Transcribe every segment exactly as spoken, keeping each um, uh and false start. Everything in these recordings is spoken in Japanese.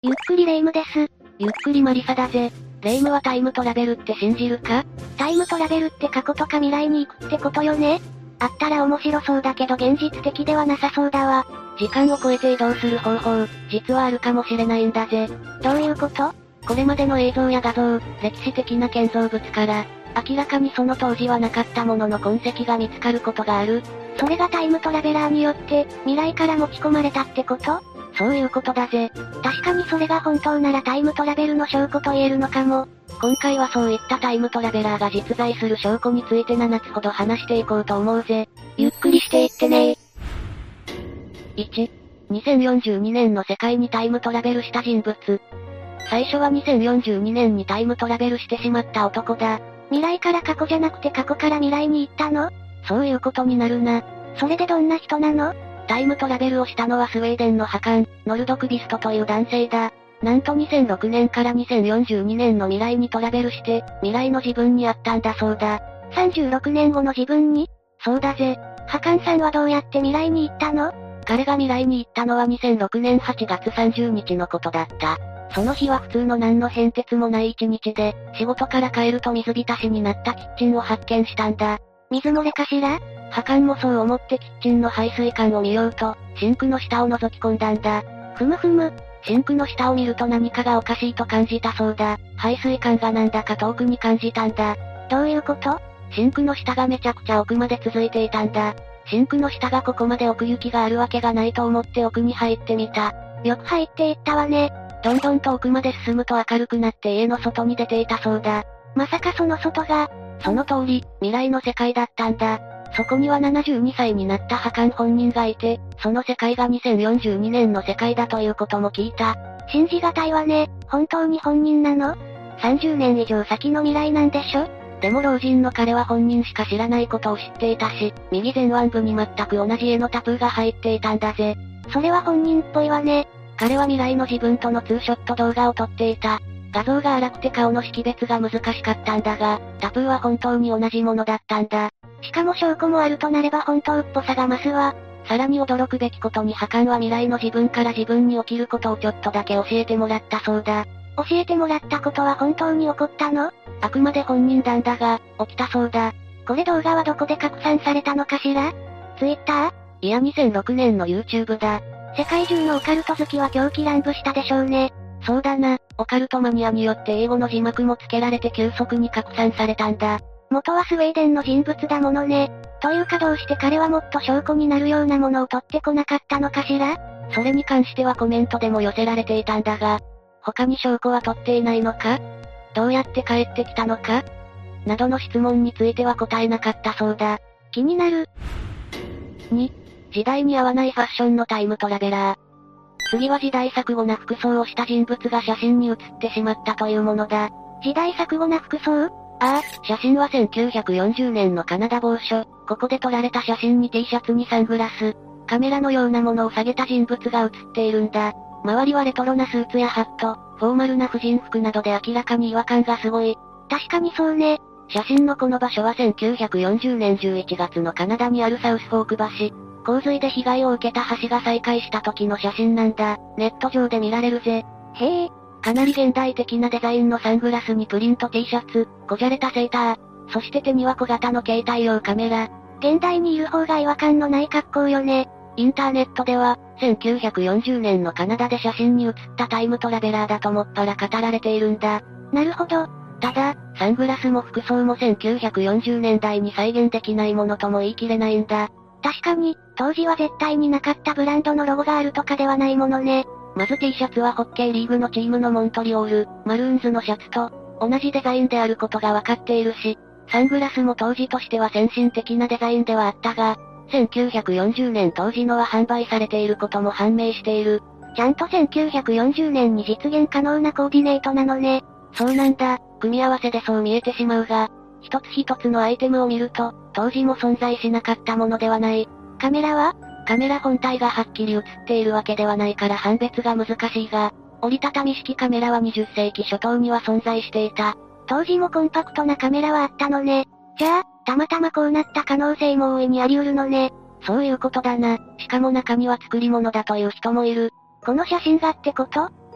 ゆっくりレ夢ムです。 ゆっくりマリサだぜ。レ夢ムはタイムトラベルって信じるか？ タイムトラベルって過去とか未来に行くってことよね。あったら面白そうだけど現実的ではなさそうだわ。 時間を超えて移動する方法、実はあるかもしれないんだぜ。 どういうこと？ これまでの映像や画像、歴史的な建造物から、明らかにその当時はなかったものの痕跡が見つかることがある。 それがタイムトラベラーによって、未来から持ち込まれたってこと？ そういうことだぜ。 確かにそれが本当ならタイムトラベルの証拠と言えるのかも。 今回はそういったタイムトラベラーが実在する証拠についてななつほど話していこうと思うぜ。 ゆっくりしていってねー。 いち、にせんよんじゅうにねんの世界にタイムトラベルした人物。最初はにせんよんじゅうにねんにタイムトラベルしてしまった男だ。 未来から過去じゃなくて過去から未来に行ったの？ そういうことになるな。 それでどんな人なの？ タイムトラベルをしたのはスウェーデンの覇官、ノルドクビストという男性だ。なんとにせんろくねんからにせんよんじゅうにねんの未来にトラベルして、未来の自分に会ったんだそうだ。 さんじゅうろくねんごの自分に？ そうだぜ。 覇官さんはどうやって未来に行ったの？ 彼が未来に行ったのはにせんろくねんはちがつさんじゅうにちのことだった。その日は普通の何の変哲もない一日で、仕事から帰ると水浸しになったキッチンを発見したんだ。 水漏れかしら？ 覇官もそう思ってキッチンの排水管を見ようと、シンクの下を覗き込んだんだ。 ふむふむ。 シンクの下を見ると何かがおかしいと感じたそうだ。排水管がなんだか遠くに感じたんだ。 どういうこと？ シンクの下がめちゃくちゃ奥まで続いていたんだ。シンクの下がここまで奥行きがあるわけがないと思って奥に入ってみた。 よく入っていったわね。 どんどんと奥まで進むと明るくなって家の外に出ていたそうだ。 まさかその外が… その通り、未来の世界だったんだ。そこにはななじゅうにさいになった覇官本人がいて、その世界がにせんよんじゅうにねんの世界だということも聞いた。 信じがたいわね。本当に本人なの？さんじゅうねん以上先の未来なんでしょ？ でも老人の彼は本人しか知らないことを知っていたし、右前腕部に全く同じ絵のタトゥーが入っていたんだぜ。 それは本人っぽいわね。 彼は未来の自分とのツーショット動画を撮っていた。画像が荒くて顔の識別が難しかったんだが、タトゥーは本当に同じものだったんだ。 しかも証拠もあるとなれば本当っぽさが増すわ。 さらに驚くべきことに覇官は未来の自分から自分に起きることをちょっとだけ教えてもらったそうだ。 教えてもらったことは本当に起こったの？ あくまで本人談だが、起きたそうだ。 これ動画はどこで拡散されたのかしら？ツイッター？ いやにせんろくねんの YouTube だ。 世界中のオカルト好きは狂気乱舞したでしょうね。 そうだな、オカルトマニアによって英語の字幕もつけられて急速に拡散されたんだ。 元はスウェーデンの人物だものね。というかどうして彼はもっと証拠になるようなものを取ってこなかったのかしら？ それに関してはコメントでも寄せられていたんだが、他に証拠は取っていないのか？どうやって帰ってきたのか？などの質問については答えなかったそうだ。 気になる。 に、時代に合わないファッションのタイムトラベラー。次は時代錯誤な服装をした人物が写真に写ってしまったというものだ。 時代錯誤な服装？ ああ、写真はせんきゅうひゃくよんじゅうねんのカナダ某所。ここで撮られた写真に T シャツにサングラス、カメラのようなものを下げた人物が写っているんだ。周りはレトロなスーツやハット、フォーマルな婦人服などで明らかに違和感がすごい。 確かにそうね。 写真のこの場所はせんきゅうひゃくよんじゅうねんじゅういちがつのカナダにあるサウスフォーク橋。洪水で被害を受けた橋が再開した時の写真なんだ。ネット上で見られるぜ。 へえ。 かなり現代的なデザインのサングラスにプリント T シャツ、こじゃれたセーター。そして手には小型の携帯用カメラ。 現代にいる方が違和感のない格好よね。 インターネットでは、せんきゅうひゃくよんじゅうねんのカナダで写真に写ったタイムトラベラーだともっぱら語られているんだ。 なるほど。 ただ、サングラスも服装もせんきゅうひゃくよんじゅうねんだいに再現できないものとも言い切れないんだ。 確かに、当時は絶対になかったブランドのロゴがあるとかではないものね。 まず T シャツはホッケーリーグのチームのモントリオール、マルーンズのシャツと、同じデザインであることがわかっているし、サングラスも当時としては先進的なデザインではあったが、せんきゅうひゃくよんじゅうねん当時のは販売されていることも判明している。 ちゃんとせんきゅうひゃくよんじゅうねんに実現可能なコーディネートなのね。 そうなんだ、組み合わせでそう見えてしまうが、一つ一つのアイテムを見ると、当時も存在しなかったものではない。 カメラは？ カメラ本体がはっきり写っているわけではないから判別が難しいが、折りたたみ式カメラはにじゅっせいき初頭には存在していた。 当時もコンパクトなカメラはあったのね。じゃあ、たまたまこうなった可能性も大いにあり得るのね。 そういうことだな。しかも中には作り物だという人もいる。 この写真がってこと？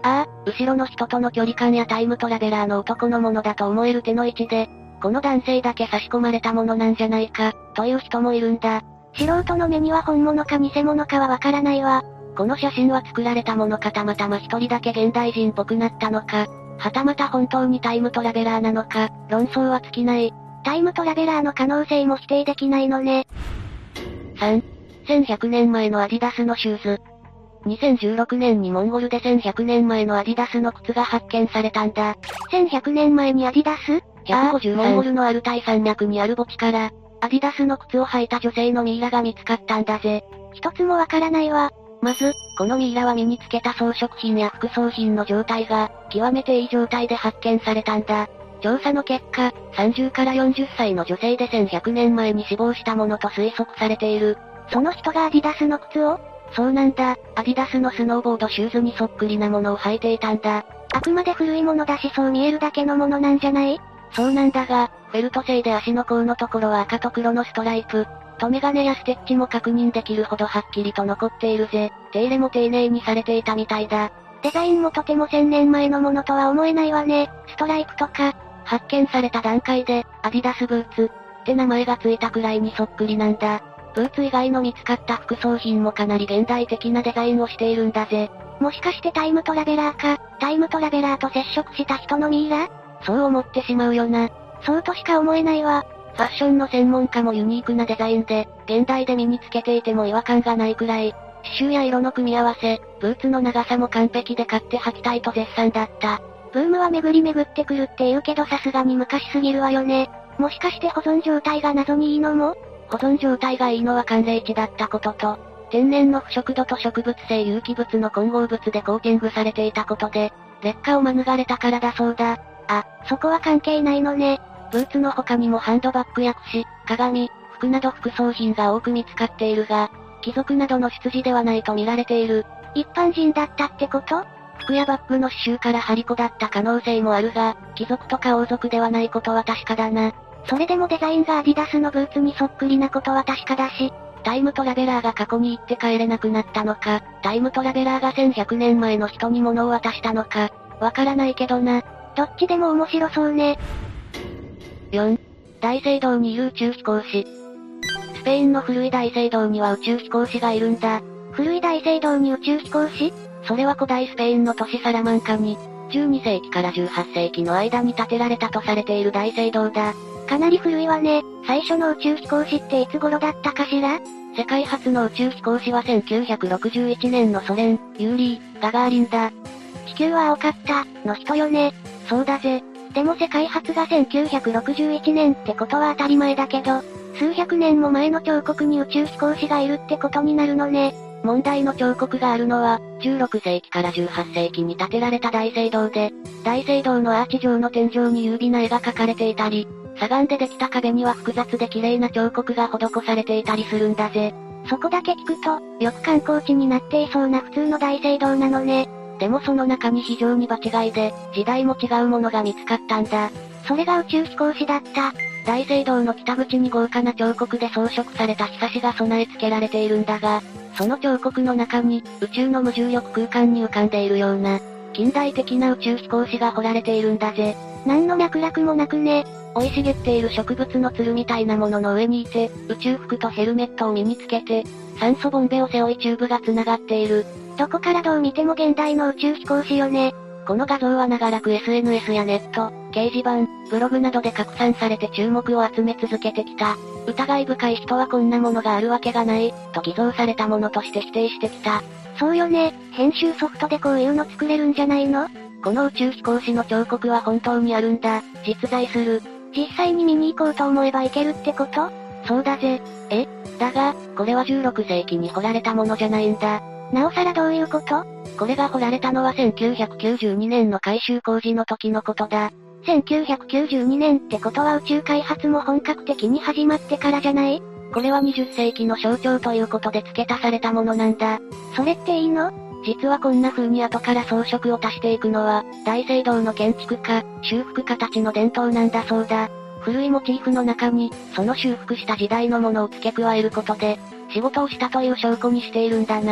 ああ、後ろの人との距離感やタイムトラベラーの男のものだと思える手の位置で、この男性だけ差し込まれたものなんじゃないか、という人もいるんだ。 素人の目には本物か偽物かはわからないわ。 この写真は作られたものかたまたま一人だけ現代人っぽくなったのか、はたまた本当にタイムトラベラーなのか、論争は尽きない。 タイムトラベラーの可能性も否定できないのね。 さん、せんひゃくねんまえのアディダスのシューズ。にせんじゅうろくねんにモンゴルでせんひゃくねんまえのアディダスの靴が発見されたんだ。 せんひゃくねんまえにアディダス？ ひゃくごじゅうモンゴルのアルタイ山脈にある墓地から、アディダスの靴を履いた女性のミイラが見つかったんだぜ。 一つもわからないわ。 まず、このミイラは身につけた装飾品や副葬品の状態が、極めていい状態で発見されたんだ。調査の結果、さんじゅうからよんじゅっさいの女性でせんひゃくねんまえに死亡したものと推測されている。 その人がアディダスの靴を？ そうなんだ。アディダスのスノーボードシューズにそっくりなものを履いていたんだ。 あくまで古いものだしそう見えるだけのものなんじゃない？ そうなんだが、フェルト製で足の甲のところは赤と黒のストライプ。留め金やステッチも確認できるほどはっきりと残っているぜ。手入れも丁寧にされていたみたいだ。 デザインもとてもせんねんまえのものとは思えないわね。ストライプとか。 発見された段階で、アディダスブーツって名前がついたくらいにそっくりなんだ。ブーツ以外の見つかった副葬品もかなり現代的なデザインをしているんだぜ。 もしかしてタイムトラベラーか、タイムトラベラーと接触した人のミイラ？ そう思ってしまうよな。 そうとしか思えないわ。 ファッションの専門家もユニークなデザインで、現代で身につけていても違和感がないくらい、刺繍や色の組み合わせ、ブーツの長さも完璧で買って履きたいと絶賛だった。 ブームは巡り巡ってくるって言うけどさすがに昔すぎるわよね。もしかして保存状態が謎にいいのも？ 保存状態がいいのは寒冷地だったことと、天然の不織土と植物性有機物の混合物でコーティングされていたことで、劣化を免れたからだそうだ。 あ、そこは関係ないのね。 ブーツの他にもハンドバッグや櫛、鏡、服など副葬品が多く見つかっているが、貴族などの出自ではないと見られている。 一般人だったってこと？ 服やバッグの刺繍からハリコだった可能性もあるが、貴族とか王族ではないことは確かだな。 それでもデザインがアディダスのブーツにそっくりなことは確かだし、 タイムトラベラーが過去に行って帰れなくなったのか、タイムトラベラーがせんひゃくねんまえの人に物を渡したのか、わからないけどな。 どっちでも面白そうね。 よん、大聖堂にいる宇宙飛行士。スペインの古い大聖堂には宇宙飛行士がいるんだ。 古い大聖堂に宇宙飛行士？ それは古代スペインの都市サラマンカに、じゅうにせいきからじゅうはっせいきの間に建てられたとされている大聖堂だ。 かなり古いわね。最初の宇宙飛行士っていつ頃だったかしら？ 世界初の宇宙飛行士はせんきゅうひゃくろくじゅういちねんのソ連、ユーリー・ガガーリンだ。 地球は青かった、の人よね。 そうだぜ。 でも世界初がせんきゅうひゃくろくじゅういちねんってことは当たり前だけど、数百年も前の彫刻に宇宙飛行士がいるってことになるのね。 問題の彫刻があるのは、じゅうろくせいきからじゅうはっせいきに建てられた大聖堂で、大聖堂のアーチ状の天井に優美な絵が描かれていたり、砂岩でできた壁には複雑で綺麗な彫刻が施されていたりするんだぜ。 そこだけ聞くと、よく観光地になっていそうな普通の大聖堂なのね。 でもその中に非常に場違いで、時代も違うものが見つかったんだ。 それが宇宙飛行士だった。 大聖堂の北口に豪華な彫刻で装飾された庇が備え付けられているんだが、その彫刻の中に、宇宙の無重力空間に浮かんでいるような、近代的な宇宙飛行士が彫られているんだぜ。 何の脈絡もなくね。 生い茂っている植物のつるみたいなものの上にいて、宇宙服とヘルメットを身につけて、酸素ボンベを背負いチューブが繋がっている。 どこからどう見ても現代の宇宙飛行士よね。 この画像は長らく エスエヌエス やネット、掲示板、ブログなどで拡散されて注目を集め続けてきた。疑い深い人はこんなものがあるわけがない、と偽造されたものとして否定してきた。 そうよね、編集ソフトでこういうの作れるんじゃないの？ この宇宙飛行士の彫刻は本当にあるんだ。実在する。 実際に見に行こうと思えば行けるってこと？ そうだぜ。え？だが、これはじゅうろくせいきに彫られたものじゃないんだ。 なおさらどういうこと？ これが彫られたのはせんきゅうひゃくきゅうじゅうにねんの改修工事の時のことだ。 せんきゅうひゃくきゅうじゅうにねんってことは宇宙開発も本格的に始まってからじゃない？ これはにじゅっせいきの象徴ということで付け足されたものなんだ。 それっていいの？ 実はこんな風に後から装飾を足していくのは、大聖堂の建築家、修復家たちの伝統なんだそうだ。古いモチーフの中に、その修復した時代のものを付け加えることで、仕事をしたという証拠にしているんだな。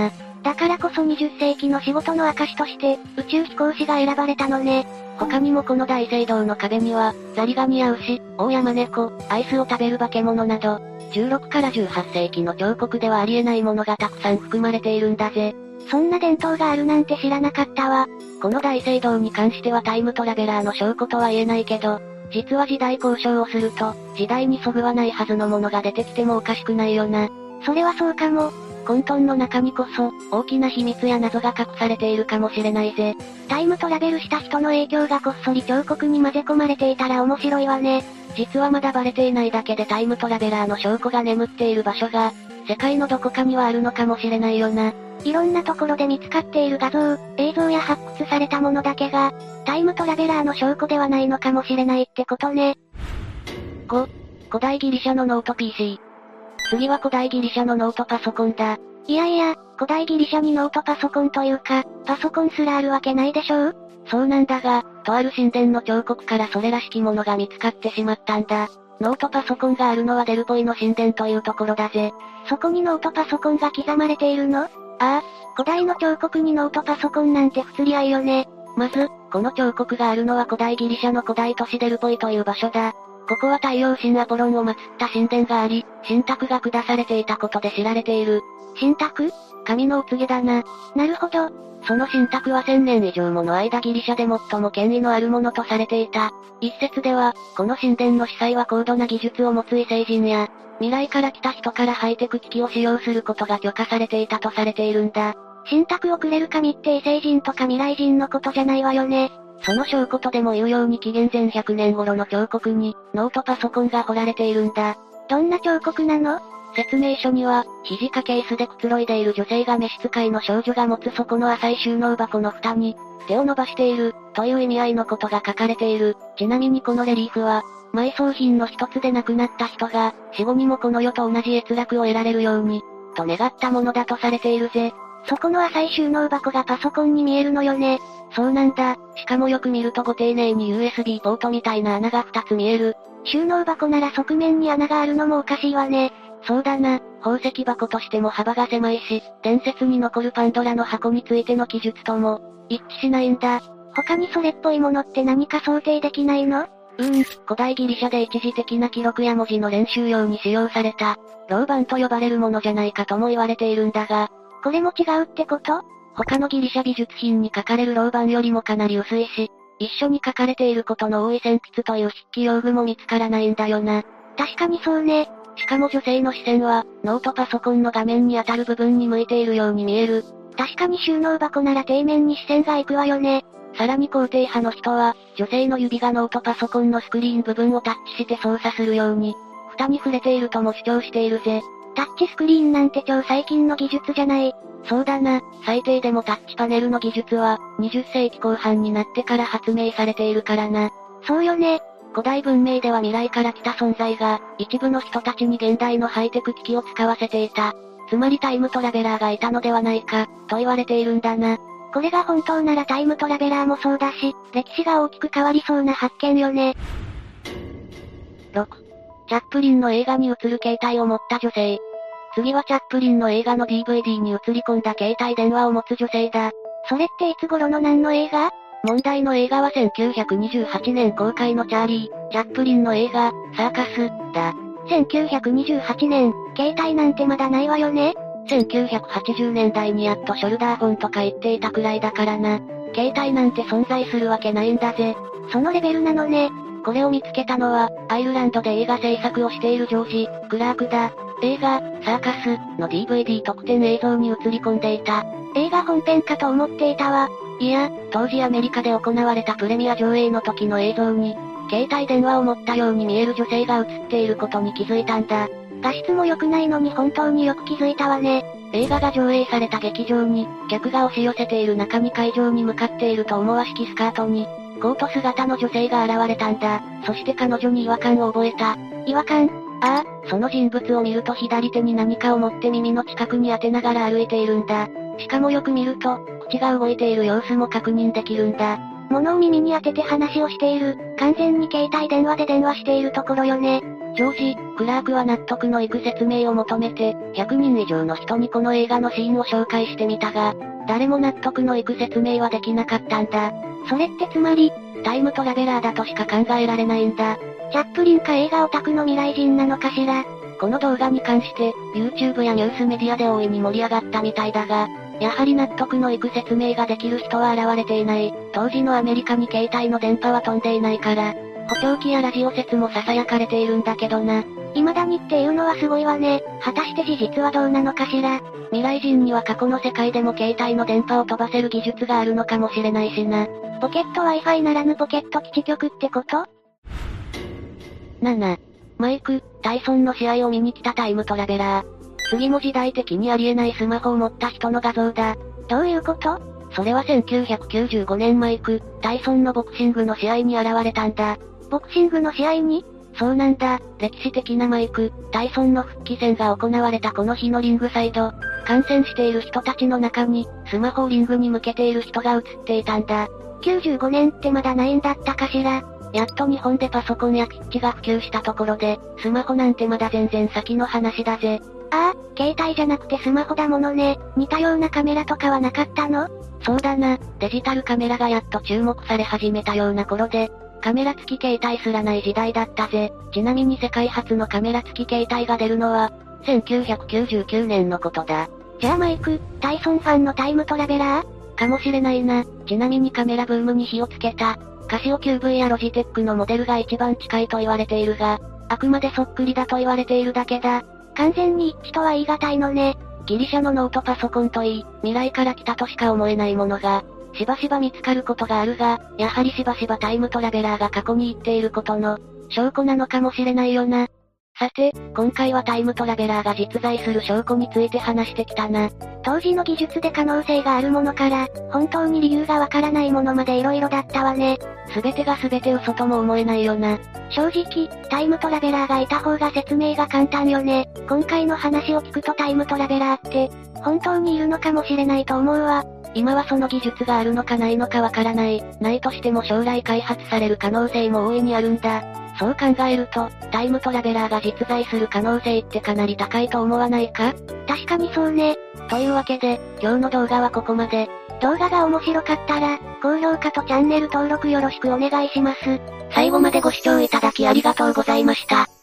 だからこそにじゅっせいきの仕事の証として、宇宙飛行士が選ばれたのね。 他にもこの大聖堂の壁には、ザリガニや牛、大山猫、アイスを食べる化け物など、じゅうろくからじゅうはっせいきの彫刻ではありえないものがたくさん含まれているんだぜ。 そんな伝統があるなんて知らなかったわ。 この大聖堂に関してはタイムトラベラーの証拠とは言えないけど、実は時代交渉をすると、時代にそぐわないはずのものが出てきてもおかしくないよな。 それはそうかも。 混沌の中にこそ、大きな秘密や謎が隠されているかもしれないぜ。 タイムトラベルした人の影響がこっそり彫刻に混ぜ込まれていたら面白いわね。 実はまだバレていないだけでタイムトラベラーの証拠が眠っている場所が、世界のどこかにはあるのかもしれないよな。 いろんなところで見つかっている画像、映像や発掘されたものだけが、タイムトラベラーの証拠ではないのかもしれないってことね。 ご、古代ギリシャのノート ピーシー。次は古代ギリシャのノートパソコンだ。 いやいや、古代ギリシャにノートパソコンというか、パソコンすらあるわけないでしょう？ そうなんだが、とある神殿の彫刻からそれらしきものが見つかってしまったんだ。ノートパソコンがあるのはデルポイの神殿というところだぜ。 そこにノートパソコンが刻まれているの？ああ、古代の彫刻にノートパソコンなんて不釣り合いよね。 まず、この彫刻があるのは古代ギリシャの古代都市デルポイという場所だ。ここは太陽神アポロンを祀った神殿があり、神託が下されていたことで知られている。 神託？ 神のお告げだな。 なるほど。 その神託は千年以上もの間ギリシャで最も権威のあるものとされていた。一説では、この神殿の司祭は高度な技術を持つ異星人や、未来から来た人からハイテク機器を使用することが許可されていたとされているんだ。 神託をくれる神って異星人とか未来人のことじゃないわよね。 その証拠とでも言うように紀元前ひゃくねん頃の彫刻に、ノートパソコンが彫られているんだ。 どんな彫刻なの？ 説明書には、肘掛け椅子でくつろいでいる女性が召使いの少女が持つ底の浅い収納箱の蓋に、手を伸ばしている、という意味合いのことが書かれている。ちなみにこのレリーフは、埋葬品の一つで亡くなった人が、死後にもこの世と同じ閲楽を得られるように、と願ったものだとされているぜ。 そこの浅い収納箱がパソコンに見えるのよね。 そうなんだ。しかもよく見るとご丁寧に ユーエスビー ポートみたいな穴がふたつ見える。 収納箱なら側面に穴があるのもおかしいわね。 そうだな。宝石箱としても幅が狭いし、伝説に残るパンドラの箱についての記述とも、一致しないんだ。 他にそれっぽいものって何か想定できないの？ うーん、古代ギリシャで一時的な記録や文字の練習用に使用された、ロー板と呼ばれるものじゃないかとも言われているんだが、 これも違うってこと？ 他のギリシャ美術品に書かれるロー板よりもかなり薄いし、一緒に書かれていることの多い鉛筆という筆記用具も見つからないんだよな。 確かにそうね。 しかも女性の視線は、ノートパソコンの画面に当たる部分に向いているように見える。 確かに収納箱なら底面に視線が行くわよね。 さらに肯定派の人は、女性の指がノートパソコンのスクリーン部分をタッチして操作するように、蓋に触れているとも主張しているぜ。 タッチスクリーンなんて超最近の技術じゃない。 そうだな。最低でもタッチパネルの技術は、にじゅっせいきこう半になってから発明されているからな。 そうよね。 古代文明では未来から来た存在が、一部の人たちに現代のハイテク機器を使わせていた。つまりタイムトラベラーがいたのではないか、と言われているんだな。 これが本当ならタイムトラベラーもそうだし、歴史が大きく変わりそうな発見よね。 ろく. チャップリンの映画に映る携帯を持った女性。次はチャップリンの映画の ディーブイディー に映り込んだ携帯電話を持つ女性だ。 それっていつ頃の何の映画？ 問題の映画はせんきゅうひゃくにじゅうはちねん公開のチャーリー、チャップリンの映画、サーカス、だ。 せんきゅうひゃくにじゅうはちねん、携帯なんてまだないわよね。 せんきゅうひゃくはちじゅうねんだいにやっとショルダーフォンとか言っていたくらいだからな。携帯なんて存在するわけないんだぜ。 そのレベルなのね。 これを見つけたのは、アイルランドで映画制作をしているジョージ・クラークだ。映画、サーカス、の ディーブイディー 特典映像に映り込んでいた。 映画本編かと思っていたわ。 いや、当時アメリカで行われたプレミア上映の時の映像に、携帯電話を持ったように見える女性が映っていることに気づいたんだ。 画質も良くないのに本当によく気づいたわね。 映画が上映された劇場に、客が押し寄せている中に会場に向かっていると思わしきスカートに、コート姿の女性が現れたんだ。そして彼女に違和感を覚えた。 違和感？ ああ、その人物を見ると左手に何かを持って耳の近くに当てながら歩いているんだ。しかもよく見ると、口が動いている様子も確認できるんだ。 物を耳に当てて話をしている。完全に携帯電話で電話しているところよね。 ジョージ・クラークは納得のいく説明を求めて、ひゃくにん以上の人にこの映画のシーンを紹介してみたが、誰も納得のいく説明はできなかったんだ。 それってつまり、 タイムトラベラーだとしか考えられないんだ。 チャップリンか映画オタクの未来人なのかしら。 この動画に関して、YouTube やニュースメディアで大いに盛り上がったみたいだが、やはり納得のいく説明ができる人は現れていない。当時のアメリカに携帯の電波は飛んでいないから、補聴器やラジオ説も囁かれているんだけどな。 未だにっていうのはすごいわね。果たして事実はどうなのかしら。 未来人には過去の世界でも携帯の電波を飛ばせる技術があるのかもしれないしな。 ポケット Wi-Fi ならぬポケット基地局ってこと？ なな. マイク・タイソンの試合を見に来たタイムトラベラー。次も時代的にありえないスマホを持った人の画像だ。 どういうこと？ それはせんきゅうひゃくきゅうじゅうごねんマイク・タイソンのボクシングの試合に現れたんだ。 ボクシングの試合に？ そうなんだ。歴史的なマイク・タイソンの復帰戦が行われたこの日のリングサイド。観戦している人たちの中に、スマホをリングに向けている人が映っていたんだ。 きゅうじゅうごねんってまだないんだったかしら。 やっと日本でパソコンやピッチが普及したところで、スマホなんてまだ全然先の話だぜ。 ああ、携帯じゃなくてスマホだものね。似たようなカメラとかはなかったの？ そうだな。デジタルカメラがやっと注目され始めたような頃で、カメラ付き携帯すらない時代だったぜ。ちなみに世界初のカメラ付き携帯が出るのは、せんきゅうひゃくきゅうじゅうきゅうねんのことだ。 じゃあマイク、タイソンファンのタイムトラベラー？ かもしれないな。ちなみにカメラブームに火をつけた、カシオ キューブイ やロジテックのモデルが一番近いと言われているが、あくまでそっくりだと言われているだけだ。 完全に一致とは言い難いのね。 ギリシャのノートパソコンといい、未来から来たとしか思えないものが、しばしば見つかることがあるが、やはりしばしばタイムトラベラーが過去に言っていることの、証拠なのかもしれないよな。さて、今回はタイムトラベラーが実在する証拠について話してきたな。 当時の技術で可能性があるものから、本当に理由がわからないものまで色々だったわね。 すべてがすべて嘘とも思えないよな。 正直、タイムトラベラーがいた方が説明が簡単よね。今回の話を聞くとタイムトラベラーって、本当にいるのかもしれないと思うわ。 今はその技術があるのかないのかわからない。ないとしても将来開発される可能性も大いにあるんだ。そう考えると、タイムトラベラーが実在する可能性ってかなり高いと思わないか？ 確かにそうね。 というわけで、今日の動画はここまで。 動画が面白かったら、高評価とチャンネル登録よろしくお願いします。 最後までご視聴いただきありがとうございました。